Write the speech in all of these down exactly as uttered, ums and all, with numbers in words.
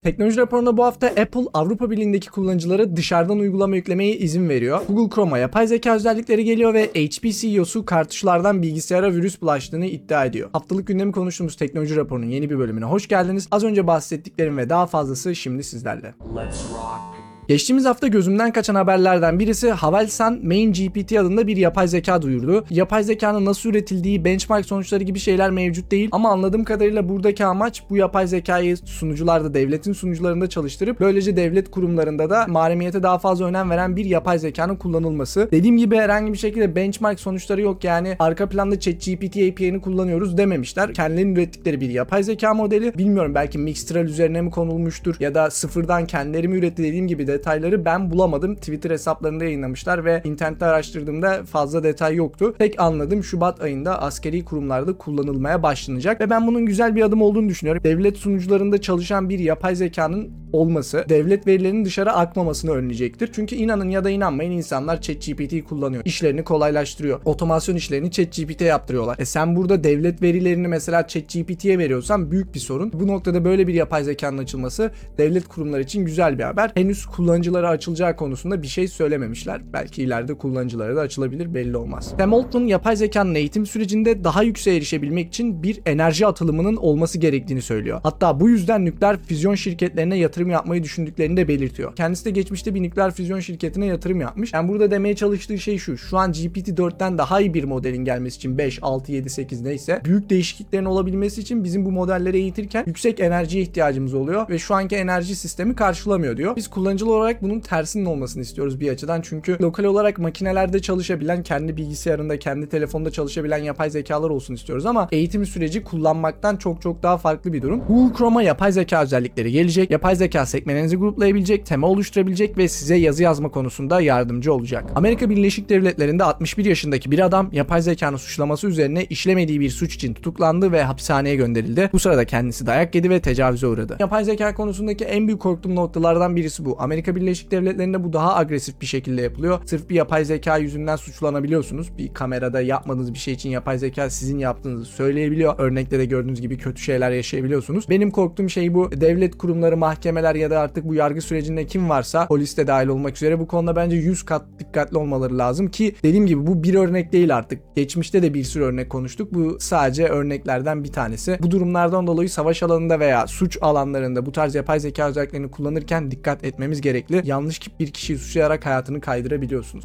Teknoloji raporunda bu hafta Apple Avrupa Birliği'ndeki kullanıcılara dışarıdan uygulama yüklemeye izin veriyor. Google Chrome'a yapay zeka özellikleri geliyor ve H P C E O'su kartuşlardan bilgisayara virüs bulaştığını iddia ediyor. Haftalık gündemi konuştuğumuz teknoloji raporunun yeni bir bölümüne hoş geldiniz. Az önce bahsettiklerim ve daha fazlası şimdi sizlerle. Let's rock. Geçtiğimiz hafta gözümden kaçan haberlerden birisi Havelsan Main G P T adında bir yapay zeka duyurdu. Yapay zekanın nasıl üretildiği, benchmark sonuçları gibi şeyler mevcut değil ama anladığım kadarıyla buradaki amaç bu yapay zekayı sunucularda, devletin sunucularında çalıştırıp böylece devlet kurumlarında da mahremiyete daha fazla önem veren bir yapay zekanın kullanılması. Dediğim gibi herhangi bir şekilde benchmark sonuçları yok, yani arka planda ChatGPT A P I'ni kullanıyoruz dememişler. Kendilerinin ürettikleri bir yapay zeka modeli. Bilmiyorum, belki Mistral üzerine mi konulmuştur ya da sıfırdan kendileri mi üretti, dediğim gibi de detayları ben bulamadım. Twitter hesaplarında yayınlamışlar ve internette araştırdığımda fazla detay yoktu. Tek anladığım Şubat ayında askeri kurumlarda kullanılmaya başlanacak ve ben bunun güzel bir adım olduğunu düşünüyorum. Devlet sunucularında çalışan bir yapay zekanın olması devlet verilerinin dışarı akmamasını önleyecektir. Çünkü inanın ya da inanmayın, insanlar ChatGPT'yi kullanıyor. İşlerini kolaylaştırıyor. Otomasyon işlerini ChatGPT'ye yaptırıyorlar. E sen burada devlet verilerini mesela ChatGPT'ye veriyorsan büyük bir sorun. Bu noktada böyle bir yapay zekanın açılması devlet kurumları için güzel bir haber. Henüz kullanıcılara açılacağı konusunda bir şey söylememişler. Belki ileride kullanıcılara da açılabilir, belli olmaz. Sam Altman yapay zekanın eğitim sürecinde daha yükseğe erişebilmek için bir enerji atılımının olması gerektiğini söylüyor. Hatta bu yüzden nükleer füzyon şirketlerine yatırım yapmayı düşündüklerini de belirtiyor. Kendisi de geçmişte bir nükleer füzyon şirketine yatırım yapmış. Yani burada demeye çalıştığı şey şu: şu an G P T dörtten daha iyi bir modelin gelmesi için beş, altı, yedi, sekiz neyse büyük değişikliklerin olabilmesi için bizim bu modelleri eğitirken yüksek enerjiye ihtiyacımız oluyor ve şu anki enerji sistemi karşılamıyor diyor. Biz kullanıcılar olarak bunun tersinin olmasını istiyoruz bir açıdan. Çünkü lokal olarak makinelerde çalışabilen, kendi bilgisayarında, kendi telefonda çalışabilen yapay zekalar olsun istiyoruz ama eğitim süreci kullanmaktan çok çok daha farklı bir durum. Google Chrome'a yapay zeka özellikleri gelecek. Yapay zeka sekmelerinizi gruplayabilecek, tema oluşturabilecek ve size yazı yazma konusunda yardımcı olacak. Amerika Birleşik Devletleri'nde altmış bir yaşındaki bir adam yapay zekanın suçlaması üzerine işlemediği bir suç için tutuklandı ve hapishaneye gönderildi. Bu sırada kendisi dayak yedi ve tecavüze uğradı. Yapay zeka konusundaki en büyük korktuğum noktalardan birisi bu. Amerika Birleşik Devletleri'nde bu daha agresif bir şekilde yapılıyor. Sırf bir yapay zeka yüzünden suçlanabiliyorsunuz. Bir kamerada yapmadığınız bir şey için yapay zeka sizin yaptığınızı söyleyebiliyor. Örnekte de gördüğünüz gibi kötü şeyler yaşayabiliyorsunuz. Benim korktuğum şey bu. Devlet kurumları, mahkemeler ya da artık bu yargı sürecinde kim varsa, polis de dahil olmak üzere, bu konuda bence yüz kat dikkatli olmaları lazım ki dediğim gibi bu bir örnek değil artık. Geçmişte de bir sürü örnek konuştuk. Bu sadece örneklerden bir tanesi. Bu durumlardan dolayı savaş alanında veya suç alanlarında bu tarz yapay zeka özelliklerini kullanırken dikkat etmemiz gerekli. Yanlış bir kişiyi suçlayarak hayatını kaydırabiliyorsunuz.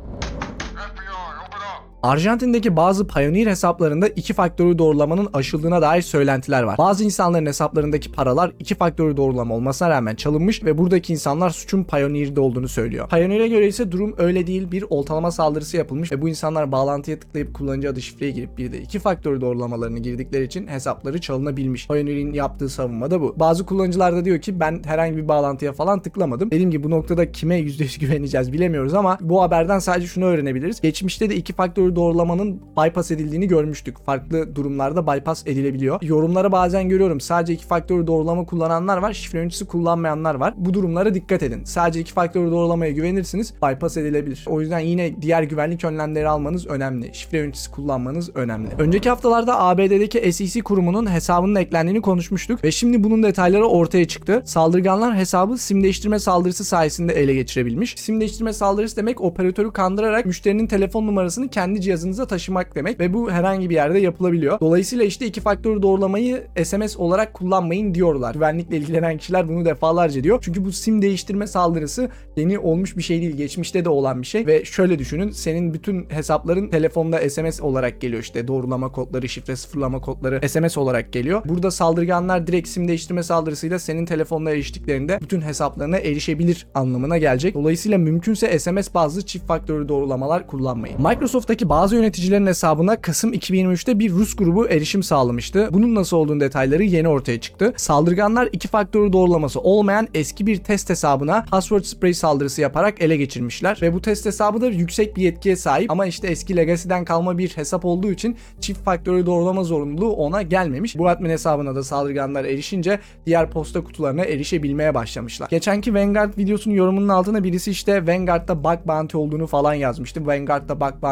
Arjantin'deki bazı Payoneer hesaplarında iki faktörlü doğrulamanın aşıldığına dair söylentiler var. Bazı insanların hesaplarındaki paralar iki faktörlü doğrulama olmasına rağmen çalınmış ve buradaki insanlar suçun Payoneer'de olduğunu söylüyor. Payoneer'e göre ise durum öyle değil, bir oltalama saldırısı yapılmış ve bu insanlar bağlantıya tıklayıp kullanıcı adı, şifreye girip bir de iki faktörlü doğrulamalarını girdikleri için hesapları çalınabilmiş. Payoneer'in yaptığı savunma da bu. Bazı kullanıcılar da diyor ki ben herhangi bir bağlantıya falan tıklamadım. Dediğim gibi bu noktada kime yüzde yüz güveneceğiz bilemiyoruz ama bu haberden sadece şunu öğrenebiliriz. Geçmişte de iki faktörlü doğrulamanın bypass edildiğini görmüştük. Farklı durumlarda bypass edilebiliyor. Yorumlara bazen görüyorum, sadece iki faktörlü doğrulama kullananlar var, şifre yöneticisi kullanmayanlar var. Bu durumlara dikkat edin. Sadece iki faktörlü doğrulamaya güvenirsiniz, bypass edilebilir. O yüzden yine diğer güvenlik önlemleri almanız önemli. Şifre yöneticisi kullanmanız önemli. Önceki haftalarda A B D'deki S E C kurumunun hesabının eklendiğini konuşmuştuk ve şimdi bunun detayları ortaya çıktı. Saldırganlar hesabı sim değiştirme saldırısı sayesinde ele geçirebilmiş. Sim değiştirme saldırısı demek, operatörü kandırarak müşterinin telefon numarasını kendi cihazınıza taşımak demek ve bu herhangi bir yerde yapılabiliyor. Dolayısıyla işte iki faktörlü doğrulamayı S M S olarak kullanmayın diyorlar. Güvenlikle ilgilenen kişiler bunu defalarca diyor. Çünkü bu sim değiştirme saldırısı yeni olmuş bir şey değil. Geçmişte de olan bir şey ve şöyle düşünün, senin bütün hesapların telefonda S M S olarak geliyor, işte doğrulama kodları, şifre sıfırlama kodları S M S olarak geliyor. Burada saldırganlar direkt sim değiştirme saldırısıyla senin telefonuna eriştiklerinde bütün hesaplarına erişebilir anlamına gelecek. Dolayısıyla mümkünse S M S bazlı çift faktörlü doğrulamalar kullanmayın. Microsoft'taki bazı yöneticilerin hesabına Kasım iki bin yirmi üçte bir Rus grubu erişim sağlamıştı. Bunun nasıl olduğunu detayları yeni ortaya çıktı. Saldırganlar iki faktörlü doğrulaması olmayan eski bir test hesabına password spray saldırısı yaparak ele geçirmişler ve bu test hesabı da yüksek bir yetkiye sahip ama işte eski legacy'den kalma bir hesap olduğu için çift faktörlü doğrulama zorunluluğu ona gelmemiş. Bu admin hesabına da saldırganlar erişince diğer posta kutularına erişebilmeye başlamışlar. Geçenki Vanguard videosunun yorumunun altına birisi işte Vanguard'da bug bounty olduğunu falan yazmıştı. Vanguard'da bug bounty var,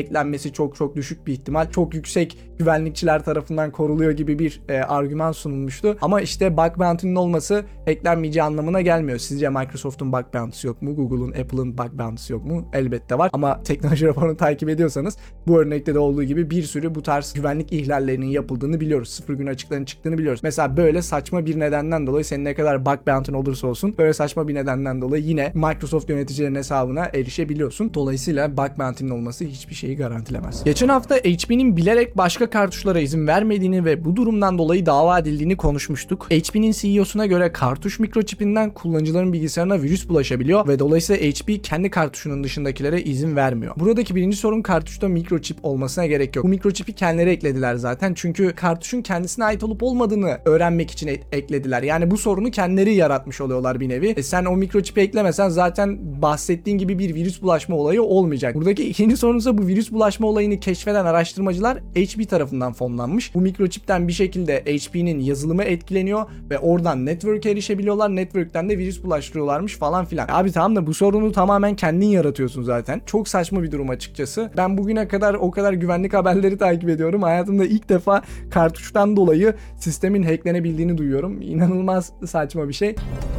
eklenmesi çok çok düşük bir ihtimal. Çok yüksek güvenlikçiler tarafından koruluyor gibi bir e, argüman sunulmuştu. Ama işte bug bounty'nin olması eklenmeyeceği anlamına gelmiyor. Sizce Microsoft'un bug bounty'si yok mu? Google'un, Apple'ın bug bounty'si yok mu? Elbette var. Ama teknoloji raporunu takip ediyorsanız bu örnekte de olduğu gibi bir sürü bu tarz güvenlik ihlallerinin yapıldığını biliyoruz. Sıfır gün açıklarının çıktığını biliyoruz. Mesela böyle saçma bir nedenden dolayı senin ne kadar bug bounty'in olursa olsun böyle saçma bir nedenden dolayı yine Microsoft yöneticilerinin hesabına erişebiliyorsun. Dolayısıyla bug bounty'nin olması hiçbir şeyi garantilemez. Geçen hafta H P'nin bilerek başka kartuşlara izin vermediğini ve bu durumdan dolayı dava edildiğini konuşmuştuk. H P'nin C E O'suna göre kartuş mikroçipinden kullanıcıların bilgisayarına virüs bulaşabiliyor ve dolayısıyla H P kendi kartuşunun dışındakilere izin vermiyor. Buradaki birinci sorun kartuşta mikroçip olmasına gerek yok. Bu mikroçipi kendileri eklediler zaten. Çünkü kartuşun kendisine ait olup olmadığını öğrenmek için e- eklediler. Yani bu sorunu kendileri yaratmış oluyorlar bir nevi. E sen o mikroçipi eklemesen zaten bahsettiğin gibi bir virüs bulaşma olayı olmayacak. Buradaki ikinci sorun ise bu virüs bulaşma olayını keşfeden araştırmacılar H P tarafından fonlanmış. Bu mikroçipten bir şekilde H P'nin yazılımı etkileniyor ve oradan network'e erişebiliyorlar. Network'ten de virüs bulaştırıyorlarmış falan filan. Abi tamam da bu sorunu tamamen kendin yaratıyorsun zaten. Çok saçma bir durum açıkçası. Ben bugüne kadar o kadar güvenlik haberleri takip ediyorum. Hayatımda ilk defa kartuştan dolayı sistemin hacklenebildiğini duyuyorum. İnanılmaz saçma bir şey.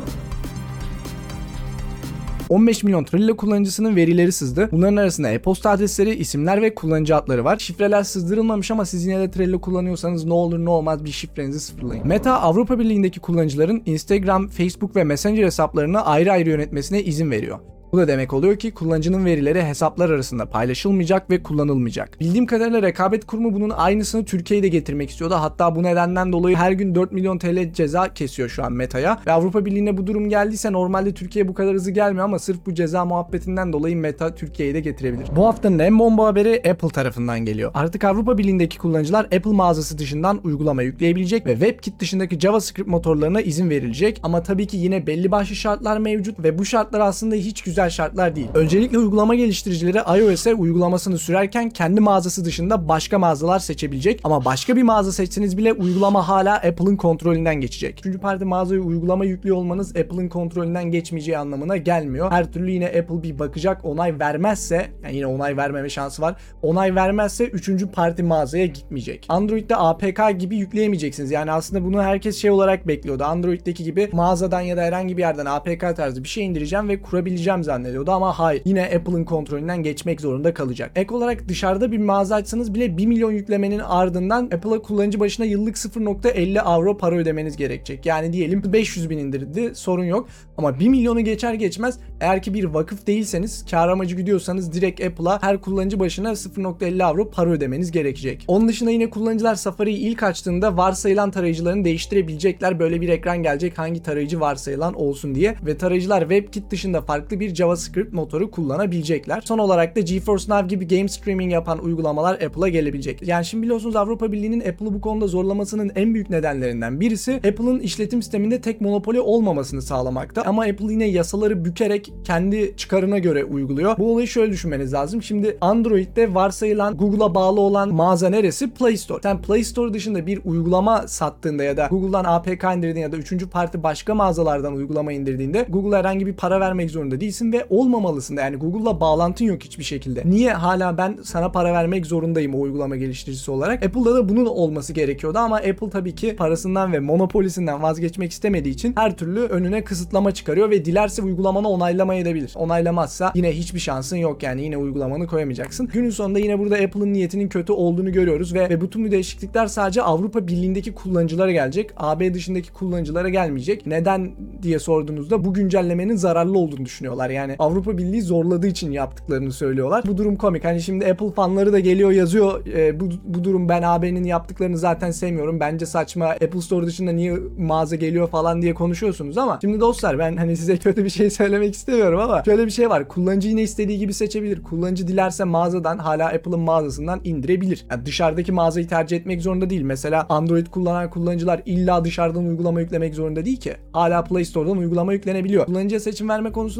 on beş milyon Trello kullanıcısının verileri sızdı. Bunların arasında e-posta adresleri, isimler ve kullanıcı adları var. Şifreler sızdırılmamış ama siz yine de Trello kullanıyorsanız ne olur ne olmaz bir şifrenizi sıfırlayın. Meta, Avrupa Birliği'ndeki kullanıcıların Instagram, Facebook ve Messenger hesaplarını ayrı ayrı yönetmesine izin veriyor. Bu da demek oluyor ki kullanıcının verileri hesaplar arasında paylaşılmayacak ve kullanılmayacak. Bildiğim kadarıyla Rekabet Kurumu bunun aynısını Türkiye'ye de getirmek istiyordu. Hatta bu nedenden dolayı her gün dört milyon T L ceza kesiyor şu an Meta'ya. Ve Avrupa Birliği'ne bu durum geldiyse normalde Türkiye'ye bu kadar hızlı gelmiyor ama sırf bu ceza muhabbetinden dolayı Meta Türkiye'ye de getirebilir. Bu haftanın en bomba haberi Apple tarafından geliyor. Artık Avrupa Birliği'ndeki kullanıcılar Apple mağazası dışından uygulama yükleyebilecek ve WebKit dışındaki JavaScript motorlarına izin verilecek. Ama tabii ki yine belli başlı şartlar mevcut ve bu şartlar aslında hiç güzel şartlar değil. Öncelikle uygulama geliştiricileri iOS'e uygulamasını sürerken kendi mağazası dışında başka mağazalar seçebilecek ama başka bir mağaza seçseniz bile uygulama hala Apple'ın kontrolünden geçecek. Üçüncü parti mağazaya uygulama yüklüyor olmanız Apple'ın kontrolünden geçmeyeceği anlamına gelmiyor. Her türlü yine Apple bir bakacak, onay vermezse, yani yine onay vermeme şansı var. Onay vermezse üçüncü parti mağazaya gitmeyecek. Android'de A P K gibi yükleyemeyeceksiniz. Yani aslında bunu herkes şey olarak bekliyordu. Android'deki gibi mağazadan ya da herhangi bir yerden A P K tarzı bir şey indireceğim ve kurabileceğim zannediyordu ama hayır. Yine Apple'ın kontrolünden geçmek zorunda kalacak. Ek olarak dışarıda bir mağaza açsanız bile bir milyon yüklemenin ardından Apple'a kullanıcı başına yıllık sıfır nokta elli avro para ödemeniz gerekecek. Yani diyelim beş yüz bin indirdi, sorun yok. Ama bir milyonu geçer geçmez eğer ki bir vakıf değilseniz, kar amacı güdüyorsanız direkt Apple'a her kullanıcı başına sıfır nokta elli avro para ödemeniz gerekecek. Onun dışında yine kullanıcılar Safari'yi ilk açtığında varsayılan tarayıcılarını değiştirebilecekler. Böyle bir ekran gelecek hangi tarayıcı varsayılan olsun diye ve tarayıcılar WebKit dışında farklı bir JavaScript motoru kullanabilecekler. Son olarak da GeForce Now gibi game streaming yapan uygulamalar Apple'a gelebilecek. Yani şimdi biliyorsunuz Avrupa Birliği'nin Apple'ı bu konuda zorlamasının en büyük nedenlerinden birisi Apple'ın işletim sisteminde tek monopoli olmamasını sağlamakta. Ama Apple yine yasaları bükerek kendi çıkarına göre uyguluyor. Bu olayı şöyle düşünmeniz lazım. Şimdi Android'de varsayılan Google'a bağlı olan mağaza neresi? Play Store. Sen Play Store dışında bir uygulama sattığında ya da Google'dan A P K indirdiğinde ya da üçüncü parti başka mağazalardan uygulama indirdiğinde Google'a herhangi bir para vermek zorunda değilsin ve olmamalısın da. Yani Google'la bağlantın yok hiçbir şekilde. Niye hala ben sana para vermek zorundayım o uygulama geliştiricisi olarak? Apple'da da bunun olması gerekiyordu ama Apple tabii ki parasından ve monopolisinden vazgeçmek istemediği için her türlü önüne kısıtlama çıkarıyor ve dilerse uygulamanı onaylamayabilir. Onaylamazsa yine hiçbir şansın yok, yani yine uygulamanı koyamayacaksın. Günün sonunda yine burada Apple'ın niyetinin kötü olduğunu görüyoruz ve, ve bütün bu değişiklikler sadece Avrupa Birliği'ndeki kullanıcılara gelecek. A B dışındaki kullanıcılara gelmeyecek. Neden diye sorduğunuzda bu güncellemenin zararlı olduğunu düşünüyorlar. Yani Avrupa Birliği zorladığı için yaptıklarını söylüyorlar. Bu durum komik. Hani şimdi Apple fanları da geliyor yazıyor. E, bu, bu durum ben A B'nin yaptıklarını zaten sevmiyorum. Bence saçma. Apple Store dışında niye mağaza geliyor falan diye konuşuyorsunuz ama şimdi dostlar ben hani size kötü bir şey söylemek istemiyorum ama şöyle bir şey var. Kullanıcı yine istediği gibi seçebilir. Kullanıcı dilerse mağazadan hala Apple'ın mağazasından indirebilir. Yani dışarıdaki mağazayı tercih etmek zorunda değil. Mesela Android kullanan kullanıcılar illa dışarıdan uygulama yüklemek zorunda değil ki. Hala Play Store'dan uygulama yüklenebiliyor. Kullanıcıya seçim verme konusunda neden bu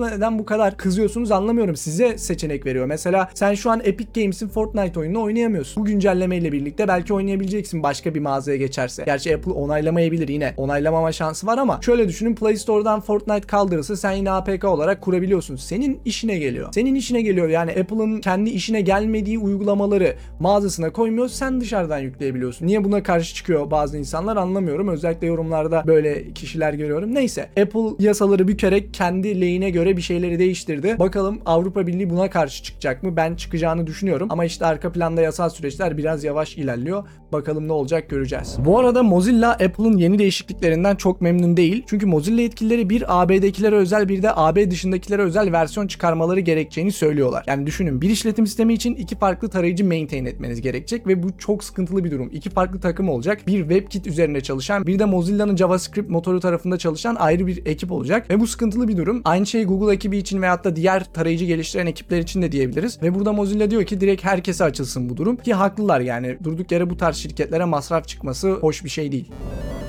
kadar kızıyorsunuz anlamıyorum. Size seçenek veriyor. Mesela sen şu an Epic Games'in Fortnite oyununu oynayamıyorsun. Bu güncellemeyle birlikte belki oynayabileceksin başka bir mağazaya geçerse. Gerçi Apple onaylamayabilir, yine onaylamama şansı var ama şöyle düşünün, Play Store'dan Fortnite kaldırırsa sen yine A P K olarak kurabiliyorsun. Senin işine geliyor. Senin işine geliyor. Yani Apple'ın kendi işine gelmediği uygulamaları mağazasına koymuyor. Sen dışarıdan yükleyebiliyorsun. Niye buna karşı çıkıyor bazı insanlar anlamıyorum. Özellikle yorumlarda böyle kişiler görüyorum. Neyse. Apple yasaları bükerek kendi lehine göre bir şeyleri değiştirdi. Bakalım Avrupa Birliği buna karşı çıkacak mı? Ben çıkacağını düşünüyorum. Ama işte arka planda yasal süreçler biraz yavaş ilerliyor. Bakalım ne olacak, göreceğiz. Bu arada Mozilla Apple'ın yeni değişikliklerinden çok memnun değil. Çünkü Mozilla yetkilileri bir A B'dekilere özel bir de A B dışındakilere özel versiyon çıkarmaları gerekeceğini söylüyorlar. Yani düşünün, bir işletim sistemi için iki farklı tarayıcı maintain etmeniz gerekecek ve bu çok sıkıntılı bir durum. İki farklı takım olacak. Bir WebKit üzerine çalışan, bir de Mozilla'nın JavaScript motoru tarafında çalışan ayrı bir ekip olacak ve bu sıkıntılı bir durum. Aynı şey Google ekibi için veyahut da diğer tarayıcı geliştiren ekipler için de diyebiliriz. Ve burada Mozilla diyor ki direkt herkese açılsın bu durum. Ki haklılar yani. Durduk yere bu tarz şirketlere masraf çıkması hoş bir şey değil.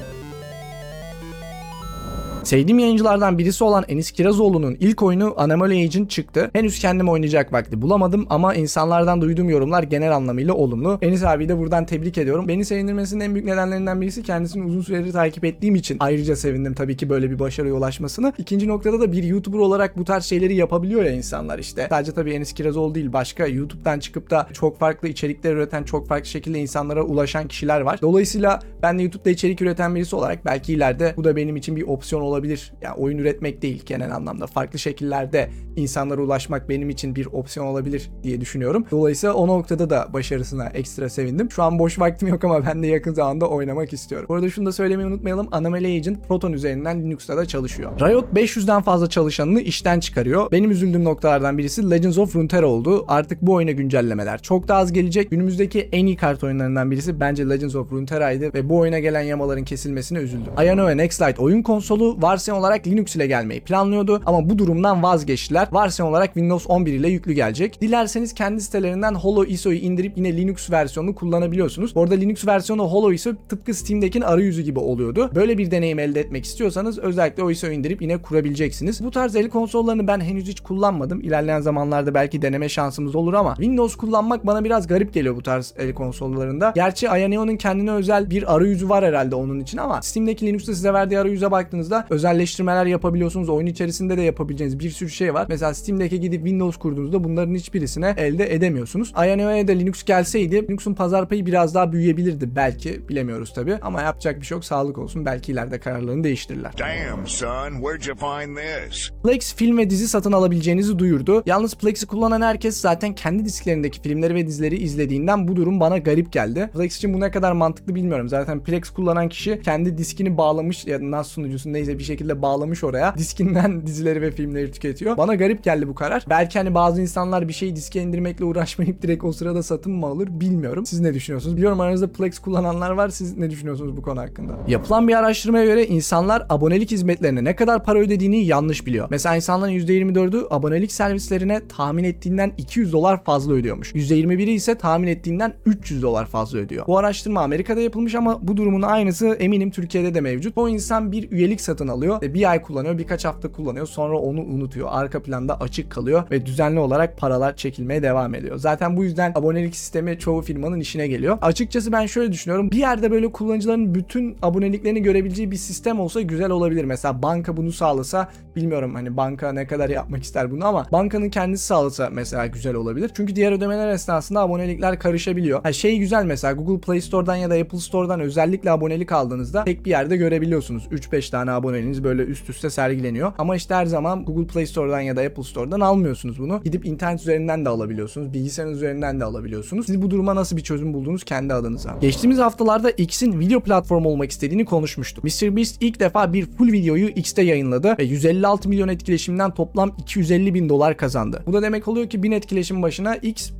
Sevdiğim yayıncılardan birisi olan Enis Kirazoğlu'nun ilk oyunu Anomaly Agent çıktı. Henüz kendim oynayacak vakti bulamadım ama insanlardan duyduğum yorumlar genel anlamıyla olumlu. Enis abi de buradan tebrik ediyorum. Beni sevindirmesinin en büyük nedenlerinden birisi kendisini uzun süredir takip ettiğim için. Ayrıca sevindim tabii ki böyle bir başarıya ulaşmasını. İkinci noktada da bir YouTuber olarak bu tarz şeyleri yapabiliyor ya insanlar işte. Sadece tabii Enis Kirazoğlu değil, başka YouTube'dan çıkıp da çok farklı içerikler üreten, çok farklı şekilde insanlara ulaşan kişiler var. Dolayısıyla ben de YouTube'da içerik üreten birisi olarak belki ileride bu da benim için bir opsiyon olabilir. olabilir. Yani oyun üretmek değil genel anlamda. Farklı şekillerde insanlara ulaşmak benim için bir opsiyon olabilir diye düşünüyorum. Dolayısıyla o noktada da başarısına ekstra sevindim. Şu an boş vaktim yok ama ben de yakın zamanda oynamak istiyorum. Bu arada şunu da söylemeyi unutmayalım. Anomaly Agent Proton üzerinden Linux'ta da çalışıyor. Riot beş yüzden fazla çalışanını işten çıkarıyor. Benim üzüldüğüm noktalardan birisi Legends of Runeterra oldu. Artık bu oyuna güncellemeler çok daha az gelecek. Günümüzdeki en iyi kart oyunlarından birisi bence Legends of Runeterra'ydı ve bu oyuna gelen yamaların kesilmesine üzüldüm. Ayano ve Nextlight oyun konsolu varsyon olarak Linux ile gelmeyi planlıyordu ama bu durumdan vazgeçtiler. Varsyon olarak Windows on bir ile yüklü gelecek. Dilerseniz kendi sitelerinden HoloISO'yu indirip yine Linux versiyonunu kullanabiliyorsunuz. Bu arada Linux versiyonu HoloISO tıpkı Steam'dekinin arayüzü gibi oluyordu. Böyle bir deneyim elde etmek istiyorsanız özellikle o I S O'yu indirip yine kurabileceksiniz. Bu tarz el konsollarını ben henüz hiç kullanmadım. İlerleyen zamanlarda belki deneme şansımız olur ama Windows kullanmak bana biraz garip geliyor bu tarz el konsollarında. Gerçi Ayaneo'nun kendine özel bir arayüzü var herhalde onun için ama Steam'deki Linux'ta size verdiği arayüze baktığınızda özelleştirmeler yapabiliyorsunuz. Oyun içerisinde de yapabileceğiniz bir sürü şey var. Mesela Steam'deki gidip Windows kurduğunuzda bunların hiçbirisine elde edemiyorsunuz. Ayaneo'ya da Linux gelseydi Linux'un pazar payı biraz daha büyüyebilirdi belki. Bilemiyoruz tabi ama yapacak bir şey yok. Sağlık olsun. Belki ileride kararlarını değiştirirler. Damn son, where'd you find this? Plex film ve dizi satın alabileceğinizi duyurdu. Yalnız Plex'i kullanan herkes zaten kendi disklerindeki filmleri ve dizileri izlediğinden bu durum bana garip geldi. Plex için bu ne kadar mantıklı bilmiyorum. Zaten Plex kullanan kişi kendi diskini bağlamış ya da N A S sunucusu neyse bir şekilde bağlamış oraya. Diskinden dizileri ve filmleri tüketiyor. Bana garip geldi bu karar. Belki hani bazı insanlar bir şeyi diske indirmekle uğraşmayıp direkt o sırada satın mı alır bilmiyorum. Siz ne düşünüyorsunuz? Biliyorum aranızda Plex kullananlar var. Siz ne düşünüyorsunuz bu konu hakkında? Yapılan bir araştırmaya göre insanlar abonelik hizmetlerine ne kadar para ödediğini yanlış biliyor. Mesela insanların yüzde yirmi dördü abonelik servislerine tahmin ettiğinden iki yüz dolar fazla ödüyormuş. yüzde yirmi biri ise tahmin ettiğinden üç yüz dolar fazla ödüyor. Bu araştırma Amerika'da yapılmış ama bu durumun aynısı eminim Türkiye'de de mevcut. O insan bir üyelik satın alıyor ve bir ay kullanıyor, birkaç hafta kullanıyor, sonra onu unutuyor. Arka planda açık kalıyor ve düzenli olarak paralar çekilmeye devam ediyor. Zaten bu yüzden abonelik sistemi çoğu firmanın işine geliyor. Açıkçası ben şöyle düşünüyorum. Bir yerde böyle kullanıcıların bütün aboneliklerini görebileceği bir sistem olsa güzel olabilir. Mesela banka bunu sağlasa, bilmiyorum hani banka ne kadar yapmak ister bunu ama bankanın kendisi sağlasa mesela güzel olabilir. Çünkü diğer ödemeler esnasında abonelikler karışabiliyor. Ha şey güzel, mesela Google Play Store'dan ya da Apple Store'dan özellikle abonelik aldığınızda tek bir yerde görebiliyorsunuz. üç beş tane aboneliğiniz böyle üst üste sergileniyor. Ama işte her zaman Google Play Store'dan ya da Apple Store'dan almıyorsunuz bunu. Gidip internet üzerinden de alabiliyorsunuz. Bilgisayarınız üzerinden de alabiliyorsunuz. Siz bu duruma nasıl bir çözüm buldunuz kendi adınıza? Geçtiğimiz haftalarda X'in video platformu olmak istediğini konuşmuştuk. MrBeast ilk defa bir full videoyu X'te yayınladı ve yüz elli altı milyon etkileşimden toplam iki yüz elli bin dolar kazandı. Bu da demek oluyor ki bin etkileşim başına X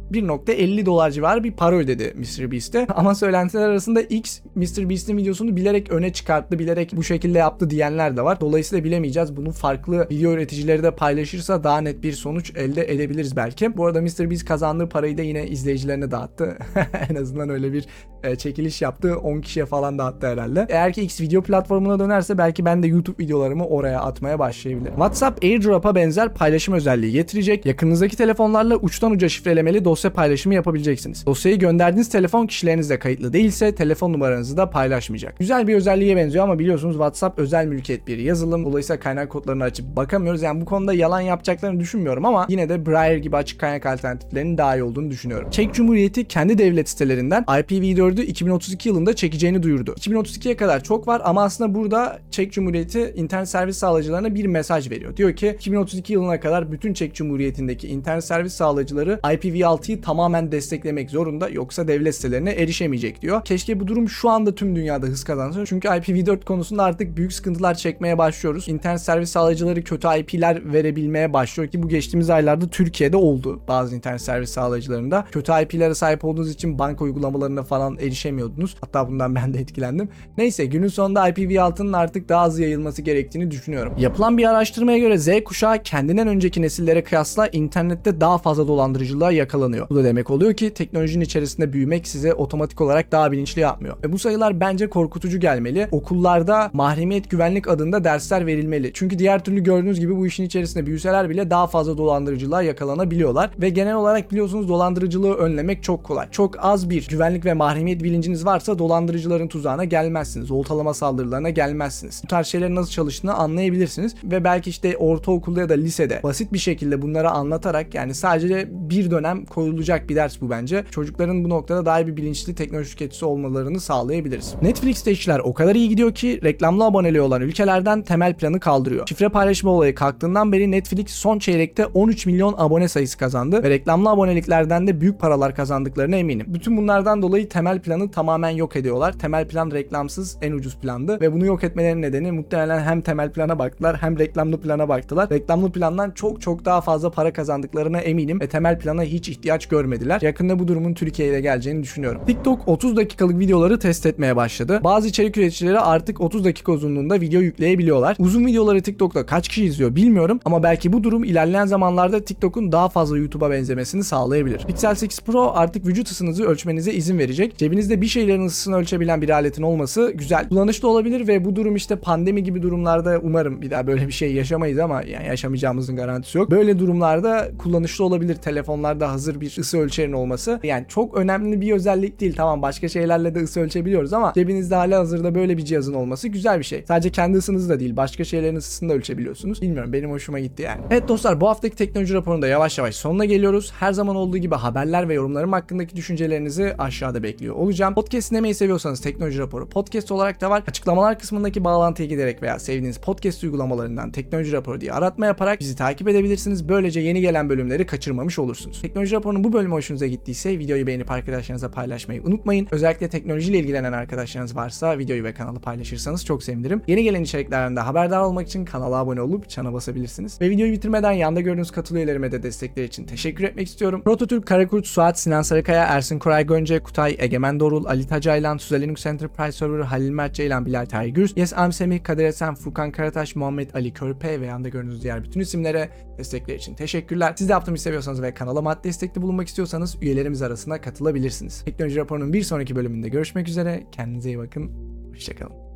bir nokta elli dolar civarı bir para ödedi MrBeast'e. Ama söylentiler arasında X MrBeast'in videosunu bilerek öne çıkarttı, bilerek bu şekilde yaptı diyenler de var. Dolayısıyla bilemeyeceğiz. Bunu farklı video üreticileri de paylaşırsa daha net bir sonuç elde edebiliriz belki. Bu arada MrBeast kazandığı parayı da yine izleyicilerine dağıttı. En azından öyle bir e, çekiliş yaptı. on kişiye falan dağıttı herhalde. Eğer ki X video platformuna dönerse belki ben de YouTube videolarımı oraya atmaya başlayabilirim. WhatsApp AirDrop'a benzer paylaşım özelliği getirecek. Yakınınızdaki telefonlarla uçtan uca şifrelemeli dosya paylaşımı yapabileceksiniz. Dosyayı gönderdiğiniz telefon kişilerinizle kayıtlı değilse telefon numaranızı da paylaşmayacak. Güzel bir özelliğe benziyor ama biliyorsunuz WhatsApp özel mülkiyet bir yazılım. Dolayısıyla kaynak kodlarını açıp bakamıyoruz. Yani bu konuda yalan yapacaklarını düşünmüyorum ama yine de Briar gibi açık kaynak alternatiflerinin daha iyi olduğunu düşünüyorum. Çek Cumhuriyeti kendi devlet sitelerinden I P v dördü iki bin otuz iki yılında çekeceğini duyurdu. iki bin otuz ikiye kadar çok var ama aslında burada Çek Cumhuriyeti internet servis sağlayıcılarına bir mesaj veriyor. Diyor ki iki bin otuz iki yılına kadar bütün Çek Cumhuriyeti'ndeki internet servis sağlayıcıları I P v altıyı tamamen desteklemek zorunda, yoksa devlet sitelerine erişemeyecek diyor. Keşke bu durum şu anda tüm dünyada hız kazansın. Çünkü I P v dört konusunda artık büyük sıkıntılar çekmeye başlıyoruz. İnternet servis sağlayıcıları kötü I P'ler verebilmeye başlıyor ki bu geçtiğimiz aylarda Türkiye'de oldu. Bazı internet servis sağlayıcılarında kötü I P'lere sahip olduğunuz için banka uygulamalarına falan erişemiyordunuz. Hatta bundan ben de etkilendim. Neyse, günün sonunda I P v altının artık daha hızlı yayılması gerektiğini düşünüyorum. Yapılan bir araştırmaya göre Z kuşağı kendinden önceki nesillere kıyasla internette daha fazla dolandırıcılığa yakalanıyor. Bu da demek oluyor ki teknolojinin içerisinde büyümek size otomatik olarak daha bilinçli yapmıyor. Ve bu sayılar bence korkutucu gelmeli. Okullarda mahremiyet güvenlik adında dersler verilmeli. Çünkü diğer türlü gördüğünüz gibi bu işin içerisinde büyüseler bile daha fazla dolandırıcılığa yakalanabiliyorlar. Ve genel olarak biliyorsunuz dolandırıcılığı önlemek çok kolay. Çok az bir güvenlik ve mahremiyet bilinciniz varsa dolandırıcıların tuzağına gelmezsiniz. Oltalama saldırılarına gelmezsiniz. Bu tarz şeylerin nasıl çalıştığını anlayabilirsiniz. Ve belki işte ortaokulda ya da lisede basit bir şekilde bunları anlatarak, yani sadece bir dönem koyulacak bir ders bu bence. Çocukların bu noktada daha iyi bir bilinçli teknoloji tüketicisi olmalarını sağlayabiliriz. Netflix'te işler o kadar iyi gidiyor ki reklamlı aboneliği olan ülkelerden temel planı kaldırıyor. Şifre paylaşma olayı kalktığından beri Netflix son çeyrekte on üç milyon abone sayısı kazandı ve reklamlı aboneliklerden de büyük paralar kazandıklarına eminim. Bütün bunlardan dolayı temel planı tamamen yok ediyorlar. Temel plan reklamsız en ucuz plandı ve bunu yok etmelerinin nedeni muhtemelen hem temel plana baktılar hem reklamlı plana baktılar. Reklamlı plandan çok çok daha fazla para kazandıklarına eminim ve temel plana hiç ihtiyaç görmediler. Yakında bu durumun Türkiye'ye geleceğini düşünüyorum. TikTok otuz dakikalık videoları test etmeye başladı. Bazı içerik üreticileri artık otuz dakika uzunluğunda video yükleyebiliyorlar. Uzun videoları TikTok'ta kaç kişi izliyor bilmiyorum ama belki bu durum ilerleyen zamanlarda TikTok'un daha fazla YouTube'a benzemesini sağlayabilir. Pixel sekiz Pro artık vücut ısınızı ölçmenize izin verecek. Cebinizde bir şeylerin ısısını ölçebilen bir aletin olması güzel. Kullanışlı olabilir ve bu durum işte pandemi gibi durumlarda umarım bir daha böyle bir şey yaşamayız ama yani yaşamayacağımızın garantisi yok. Böyle durumlarda kullanışlı olabilir telefonlarda hazır bir ısı ölçerin olması. Yani çok önemli bir özellik değil. Tamam, başka şeylerle de ısı ölçebiliyoruz ama cebinizde halihazırda böyle bir cihazın olması güzel bir şey. Sadece kendi ısınızı da değil, başka şeylerin ısısını da ölçebiliyorsunuz. Bilmiyorum, benim hoşuma gitti yani. Evet dostlar, bu haftaki teknoloji raporunda yavaş yavaş sonuna geliyoruz. Her zaman olduğu gibi haberler ve yorumlarım hakkındaki düşüncelerinizi aşağıda bekliyor olacağım. Podcast dinlemeyi seviyorsanız teknoloji raporu podcast olarak da var. Açıklamalar kısmındaki bağlantıya giderek veya sevdiğiniz podcast uygulamalarından teknoloji raporu diye aratma yaparak bizi takip edebilirsiniz. Böylece yeni gelen bölümleri kaçırmamış olursunuz. Teknoloji raporunun bu bölümü hoşunuza gittiyse videoyu beğenip arkadaşlarınıza paylaşmayı unutmayın. Özellikle teknolojiyle ilgilenen arkadaşlarınız varsa videoyu ve kanalı paylaşırsanız çok sevinirim. Yeni gelen içeriklerden de haberdar olmak için kanala abone olup çana basabilirsiniz. Ve videoyu bitirmeden yanda gördüğünüz katıl üyelerime de destekleri için teşekkür etmek istiyorum. Prototürk, Karakurt, Suat, Sinan Sarıkaya, Ersin Koray Gönce, Kutay, Egemen Doğrul, Ali Tacaylan, Suzel Linux Enterprise Server, Halil Mert Ceylan, Bilal Tahir Gürs, Yes Am Semih, Kadir Esen, Furkan Karataş, Muhammed Ali Körpe ve yanda gördüğünüz diğer bütün isimlere destekleri için teşekkürler. Siz de yaptığımı seviyorsanız ve kanala maddi destekli bulunmak istiyorsanız üyelerimiz arasına katılabilirsiniz. Teknoloji raporunun bir sonraki bölümünde görüşmek üzere. Kendinize iyi bakın. Hoşçakalın.